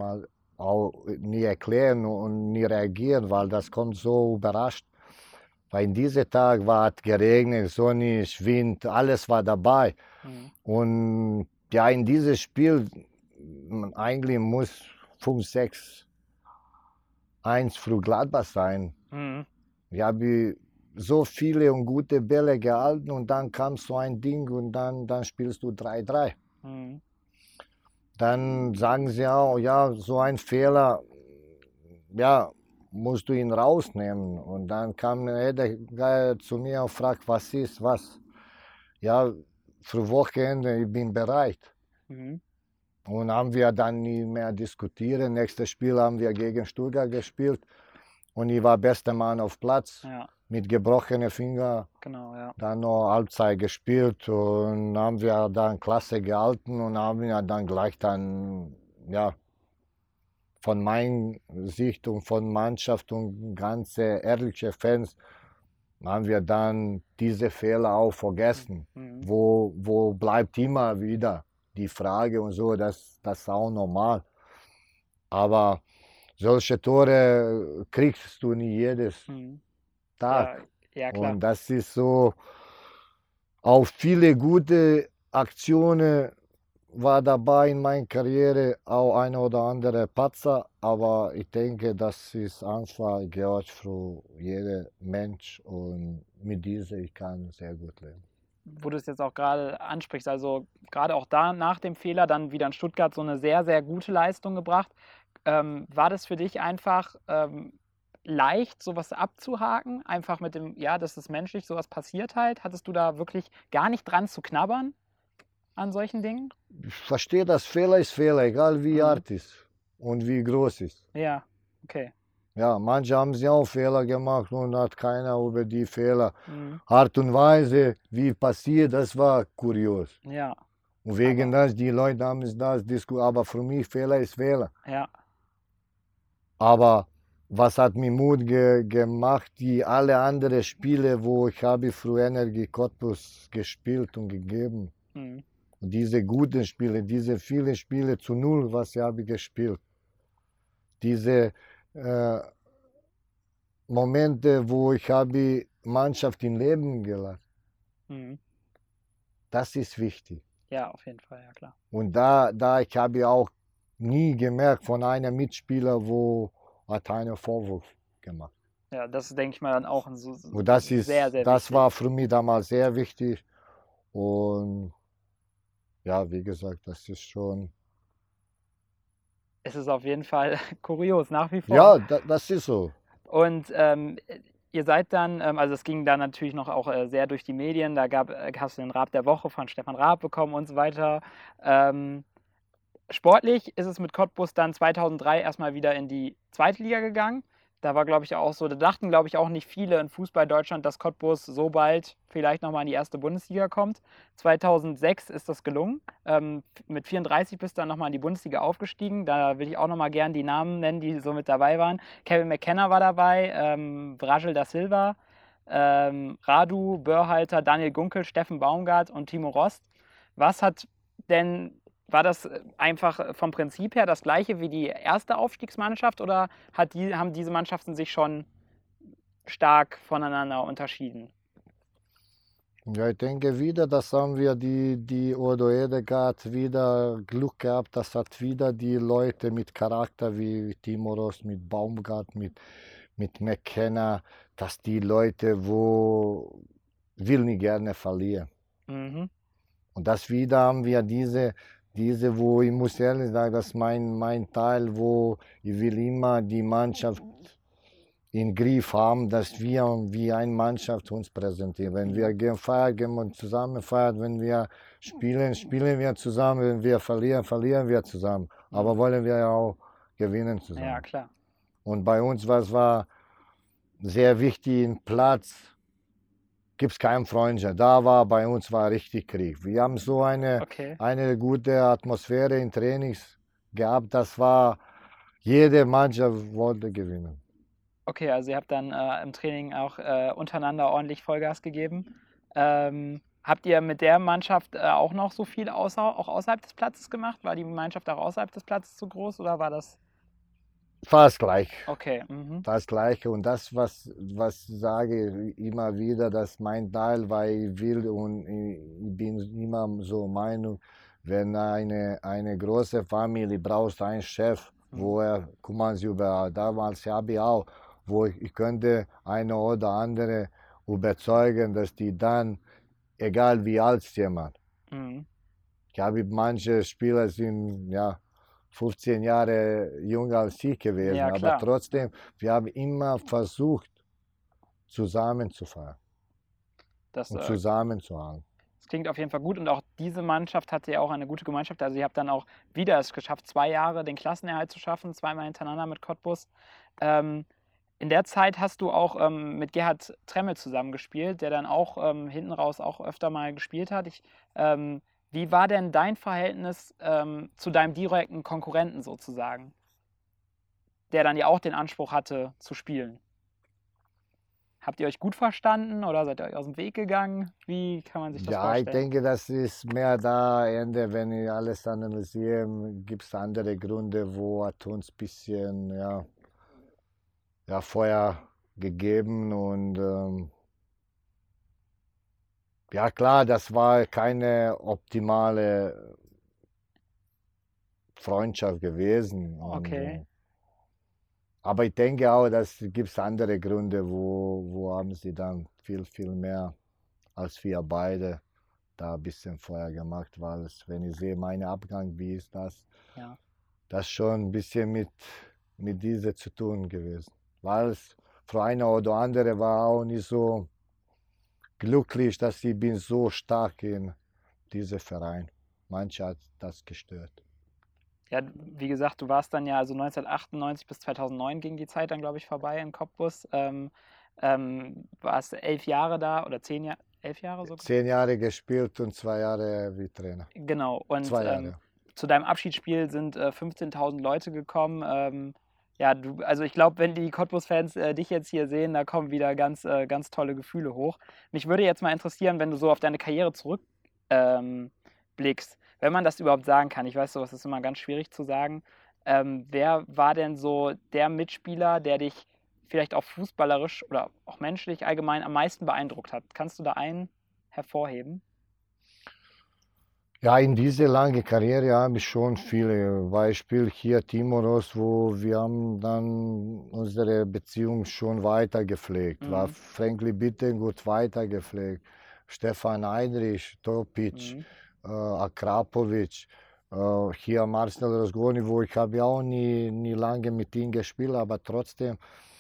erklären und nie reagieren, weil das kommt so überrascht. Weil in diesem Tag war es geregnet, sonnig, Wind, alles war dabei. Und ja, in diesem Spiel eigentlich muss 5-6-1 für Gladbach sein. Ich habe so viele und gute Bälle gehalten und dann kam so ein Ding und dann spielst du 3-3. Dann sagen sie auch, ja, so ein Fehler, ja, musst du ihn rausnehmen. Und dann kam der zu mir und fragt, was ist, was? Ja, für Wochenende, ich bin bereit. Und haben wir dann nie mehr diskutiert. Nächstes Spiel haben wir gegen Stuttgart gespielt und ich war bester Mann auf Platz. Ja. Mit gebrochenen Fingern. Genau, ja. Dann noch Halbzeit gespielt und haben wir dann Klasse gehalten und haben wir dann gleich von meiner Sicht und von Mannschaft und ganze ehrliche Fans haben wir dann diese Fehler auch vergessen. Wo bleibt immer wieder die Frage und so, das ist auch normal. Aber solche Tore kriegst du nicht jedes Tag. Ja, klar. Und das ist so, auch viele gute Aktionen war dabei in meiner Karriere, auch ein oder andere Patzer, aber ich denke, das ist einfach gehört für jeden Mensch und mit dieser ich kann sehr gut leben. Wo du es jetzt auch gerade ansprichst, also gerade auch da nach dem Fehler dann wieder in Stuttgart so eine sehr, sehr gute Leistung gebracht. War das für dich einfach leicht, sowas abzuhaken? Einfach mit dem, ja, das ist menschlich, sowas passiert halt. Hattest du da wirklich gar nicht dran zu knabbern an solchen Dingen? Ich verstehe, dass Fehler ist Fehler, egal wie Mhm. alt ist und wie groß ist. Ja, okay. Ja, manche haben sie auch Fehler gemacht und hat keiner über die Fehler. Mhm. Art und Weise, wie passiert, das war kurios. Ja, Und wegen Aber- das, die Leute haben es das diskutiert, aber für mich Fehler ist Fehler. ja, Aber was hat mir Mut gemacht, die alle anderen Spiele, wo ich habe für Energie Cottbus gespielt und gegeben. mhm. Und diese guten Spiele, diese vielen Spiele zu null, was ich habe gespielt. Diese Momente, wo ich habe Mannschaft im Leben gelassen. Mhm. Das ist wichtig. Ja, auf jeden Fall, ja klar. Und da ich habe auch nie gemerkt von einem Mitspieler, wo hat einen Vorwurf gemacht. Ja, das ist, denke ich mal, dann auch Und das ist, sehr, sehr das wichtig. war für mich damals sehr wichtig. Und ja, wie gesagt, das ist schon. Es ist auf jeden Fall kurios, nach wie vor. Ja, das ist so. Und ihr seid dann, also es ging dann natürlich noch auch sehr durch die Medien, da hast du den Raab der Woche von Stefan Raab bekommen und so weiter. Sportlich ist es mit Cottbus dann 2003 erstmal wieder in die zweite Liga gegangen. Da war, glaube ich, auch so, da dachten, glaube ich, auch nicht viele in Fußball Deutschland, dass Cottbus so bald vielleicht nochmal in die erste Bundesliga kommt. 2006 ist das gelungen. Mit 34 bist du dann nochmal in die Bundesliga aufgestiegen. Da will ich auch nochmal gern die Namen nennen, die so mit dabei waren. Kevin McKenna war dabei, Brajel da Silva, Radu, Börhalter, Daniel Gunkel, Steffen Baumgart und Timo Rost. War das einfach vom Prinzip her das gleiche wie die erste Aufstiegsmannschaft oder haben diese Mannschaften sich schon stark voneinander unterschieden? Ja, ich denke wieder, das haben wir die Odo Edegard wieder Glück gehabt, das hat wieder die Leute mit Charakter wie Timo Rost, mit Baumgart, mit McKenna, dass die Leute, wo will nicht gerne verlieren. Mhm. Und das wieder haben wir diese, wo ich muss ehrlich sagen, das ist mein Teil, wo ich will immer die Mannschaft in Griff haben, dass wir wie eine Mannschaft uns präsentieren. Wenn wir gehen feiern, gehen wir zusammen feiern. Wenn wir spielen, spielen wir zusammen. Wenn wir verlieren, verlieren wir zusammen. Aber wollen wir ja auch gewinnen zusammen. Ja, klar. Und bei uns war sehr wichtig, im Platz gibt es keine Freundschaft. Bei uns war richtig Krieg. Wir haben so eine gute Atmosphäre in Trainings gehabt. Das war, jede Mannschaft wollte gewinnen. Okay, also ihr habt dann im Training auch untereinander ordentlich Vollgas gegeben. Habt ihr mit der Mannschaft auch noch so viel auch außerhalb des Platzes gemacht? War die Mannschaft auch außerhalb des Platzes zu groß oder war das? Fast gleich. Okay. Das Gleiche. Und das, was sage ich immer wieder, dass mein Teil, weil ich will und ich bin immer so Meinung, wenn eine große Familie braucht einen Chef, wo er kümmern sich über. Damals habe ich auch, wo ich könnte eine oder andere überzeugen, dass die dann, egal wie alt jemand. Ich habe manche Spieler sind 15 Jahre jünger als ich gewesen, Ja, aber klar. trotzdem, wir haben immer versucht, zusammenzufahren und zusammenzuhalten. Das klingt auf jeden Fall gut und auch diese Mannschaft hatte ja auch eine gute Gemeinschaft. Also ihr habt dann auch wieder es geschafft, 2 Jahre den Klassenerhalt zu schaffen, zweimal hintereinander mit Cottbus. In der Zeit hast du auch mit Gerhard Tremmel zusammengespielt, der dann auch hinten raus auch öfter mal gespielt hat. Wie war denn dein Verhältnis zu deinem direkten Konkurrenten sozusagen, der dann ja auch den Anspruch hatte zu spielen? Habt ihr euch gut verstanden oder seid ihr euch aus dem Weg gegangen? Wie kann man sich das vorstellen? Ich denke, das ist mehr da Ende, wenn ich alles analysiere, gibt es andere Gründe, wo hat uns ein bisschen Feuer gegeben und ja klar, das war keine optimale Freundschaft gewesen. Okay. Aber ich denke auch, dass gibt es andere Gründe, wo haben sie dann viel, viel mehr als wir beide da ein bisschen Feuer gemacht, weil wenn ich sehe, mein Abgang, wie ist das? Ja. das schon ein bisschen mit dieser zu tun gewesen. Weil es für eine oder andere war auch nicht so glücklich, dass ich bin so stark in diesem Verein. Manche hat das gestört. Ja, wie gesagt, du warst dann ja, also 1998 bis 2009 ging die Zeit dann, glaube ich, vorbei in Cottbus. Warst 11 Jahre da oder 10 Jahre, 11 Jahre sogar? 10 Jahre gespielt und 2 Jahre wie Trainer. Genau, und 2 Jahre. zu deinem Abschiedsspiel sind 15.000 Leute gekommen. Ja, also ich glaube, wenn die Cottbus-Fans dich jetzt hier sehen, da kommen wieder ganz tolle Gefühle hoch. Mich würde jetzt mal interessieren, wenn du so auf deine Karriere zurückblickst, wenn man das überhaupt sagen kann. Ich weiß, sowas ist immer ganz schwierig zu sagen. Wer war denn so der Mitspieler, der dich vielleicht auch fußballerisch oder auch menschlich allgemein am meisten beeindruckt hat? Kannst du da einen hervorheben? Ja, in dieser langen Karriere habe ich schon viele Beispiele. Hier Timoros, wo wir haben dann unsere Beziehung schon weiter gepflegt. War Franklin Bittengut weiter gepflegt. Stefan Heinrich, Topic, Akrapovic. Hier Marcel Rozgoni, wo ich habe ja auch nie lange mit ihm gespielt, aber trotzdem,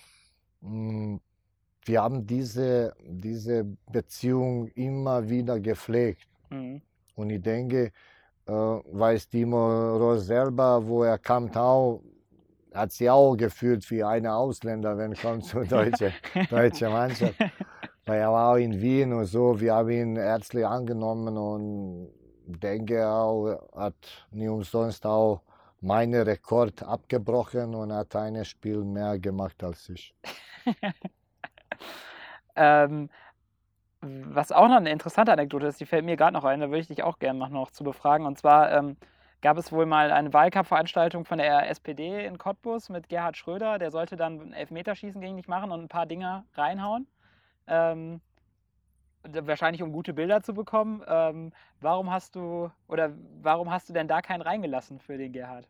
wir haben diese Beziehung immer wieder gepflegt. Und ich denke, weiß Timo Ross selber, wo er kam, auch, hat sich auch gefühlt wie ein Ausländer, wenn er kommt zur deutschen Mannschaft. Weil er war auch in Wien und so, wir haben ihn herzlich angenommen und denke auch, hat nie umsonst auch meinen Rekord abgebrochen und hat ein Spiel mehr gemacht als ich. Was auch noch eine interessante Anekdote ist, die fällt mir gerade noch ein, da würde ich dich auch gerne noch zu befragen. Und zwar gab es wohl mal eine Wahlkampfveranstaltung von der SPD in Cottbus mit Gerhard Schröder. Der sollte dann ein Elfmeterschießen gegen dich machen und ein paar Dinger reinhauen. Wahrscheinlich um gute Bilder zu bekommen. Warum hast du denn da keinen reingelassen für den Gerhard?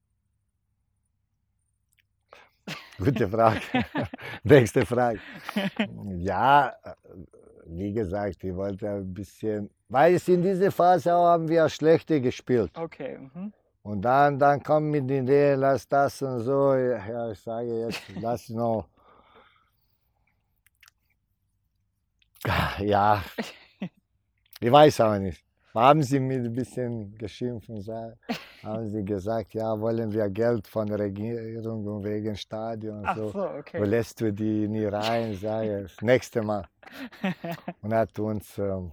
Gute Frage. Nächste Frage. Ja, wie gesagt, ich wollte ein bisschen, weil es in dieser Phase auch haben wir schlechter gespielt. Okay. Und dann kommt mit der Idee, lass das und so. Ja, ich sage jetzt, lass noch. Ja, ich weiß auch nicht. Haben sie mir ein bisschen geschimpft und haben sie gesagt, ja, wollen wir Geld von der Regierung und wegen Stadion und Ach so. so, okay. Wo lässt du die nie rein? Sage, das nächste Mal. Und hat uns,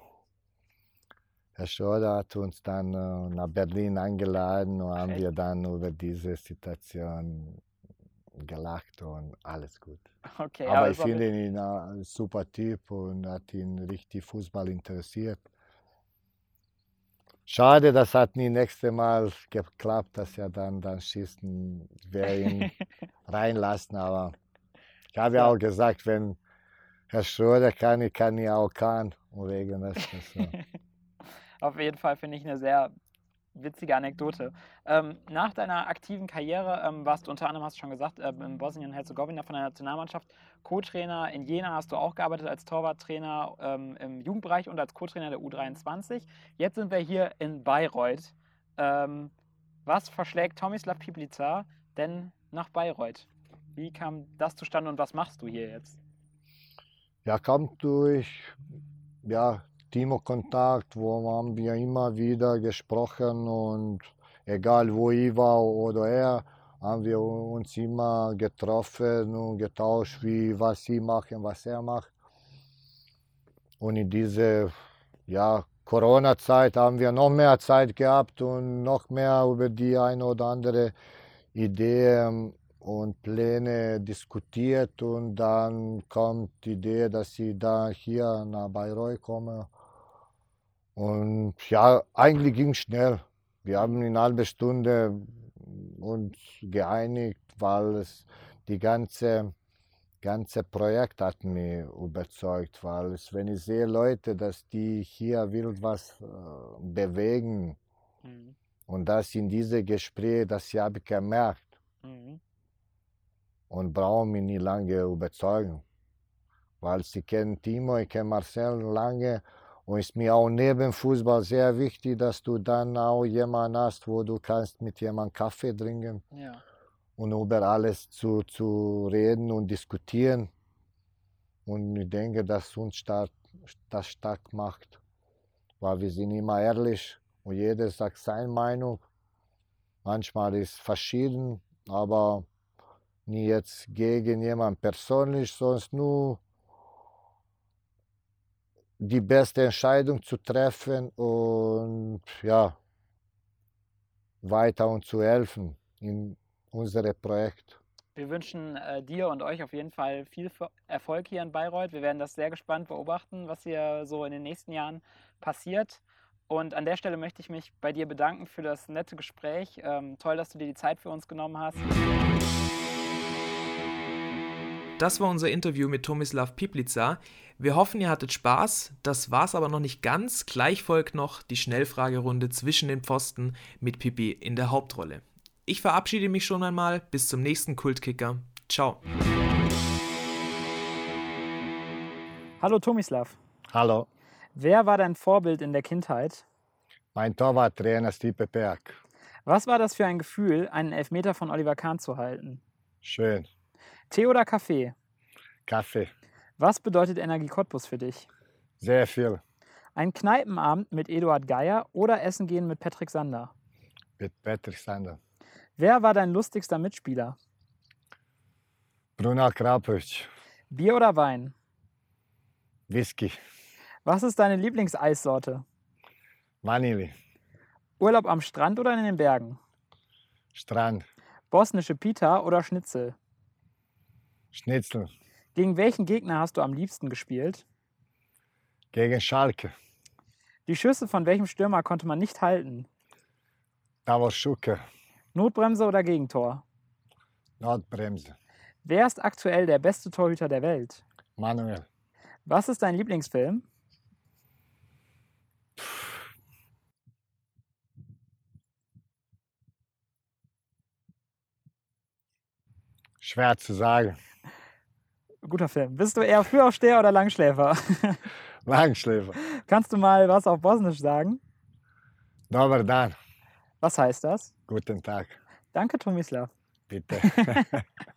Herr Schröder hat uns dann nach Berlin eingeladen und haben wir dann über diese Situation gelacht und alles gut. Okay, aber ich finde ihn ein super Typ und hat ihn richtig Fußball interessiert. Schade, das hat nie nächstes Mal geklappt, dass er dann schießen, wer ihn reinlassen. Aber ich habe ja auch gesagt, wenn Herr Schröder kann, ich kann ja auch kann. Und wegen das. Auf jeden Fall finde ich eine sehr witzige Anekdote. Nach deiner aktiven Karriere warst du unter anderem, hast du schon gesagt, in Bosnien-Herzegowina von der Nationalmannschaft Co-Trainer. In Jena hast du auch gearbeitet als Torwarttrainer im Jugendbereich und als Co-Trainer der U23. Jetzt sind wir hier in Bayreuth. Was verschlägt Tomislav Piplica denn nach Bayreuth? Wie kam das zustande und was machst du hier jetzt? Ja, kommt durch Timo-Kontakt, wo haben wir immer wieder gesprochen und egal wo ich war oder er, haben wir uns immer getroffen und getauscht, was sie machen, was er macht. Und in dieser Corona-Zeit haben wir noch mehr Zeit gehabt und noch mehr über die eine oder andere Idee und Pläne diskutiert und dann kommt die Idee, dass ich da hier nach Bayreuth komme. Und ja, eigentlich ging es schnell. Wir haben in einer halben Stunde uns geeinigt, weil es die ganze Projekt hat mich überzeugt, weil wenn ich sehe Leute, dass die hier wild was bewegen und das in diese Gespräche, das habe ich gemerkt. Und brauche mich nicht lange überzeugen, weil sie kennen Timo, ich kenne Marcel lange Und ist mir auch neben Fußball sehr wichtig, dass du dann auch jemanden hast, wo du kannst mit jemandem Kaffee trinken Ja. und über alles zu reden und diskutieren. Und ich denke, dass uns das stark macht, weil wir sind immer ehrlich und jeder sagt seine Meinung. Manchmal ist es verschieden, aber nie jetzt gegen jemanden persönlich, sonst nur die beste Entscheidung zu treffen und ja, weiter uns zu helfen in unserem Projekt. Wir wünschen dir und euch auf jeden Fall viel Erfolg hier in Bayreuth. Wir werden das sehr gespannt beobachten, was hier so in den nächsten Jahren passiert. Und an der Stelle möchte ich mich bei dir bedanken für das nette Gespräch. Toll, dass du dir die Zeit für uns genommen hast. Das war unser Interview mit Tomislav Piplica. Wir hoffen, ihr hattet Spaß. Das war's aber noch nicht ganz. Gleich folgt noch die Schnellfragerunde zwischen den Pfosten mit Pipi in der Hauptrolle. Ich verabschiede mich schon einmal. Bis zum nächsten Kultkicker. Ciao. Hallo Tomislav. Hallo, Wer war dein Vorbild in der Kindheit? mein Torwarttrainer Stipe Peak. Was war das für ein Gefühl, einen Elfmeter von Oliver Kahn zu halten? Schön. Tee oder Kaffee? Kaffee. Was bedeutet Energie Cottbus für dich? Sehr viel. Ein Kneipenabend mit Eduard Geier oder Essen gehen mit Patrick Sander? Mit Patrick Sander. Wer war dein lustigster Mitspieler? Bruno Krapovic. Bier oder Wein? Whisky. Was ist deine Lieblingseissorte? Vanille. Urlaub am Strand oder in den Bergen? Strand. Bosnische Pita oder Schnitzel? Schnitzel. Gegen welchen Gegner hast du am liebsten gespielt? Gegen Schalke. Die Schüsse von welchem Stürmer konnte man nicht halten? Davos Schuke. Notbremse oder Gegentor? Notbremse. Wer ist aktuell der beste Torhüter der Welt? Manuel. Was ist dein Lieblingsfilm? Schwer zu sagen. Guter Film. Bist du eher Frühaufsteher oder Langschläfer? Langschläfer. Kannst du mal was auf Bosnisch sagen? Dobar dan. Was heißt das? Guten Tag. Danke, Tomislav. Bitte.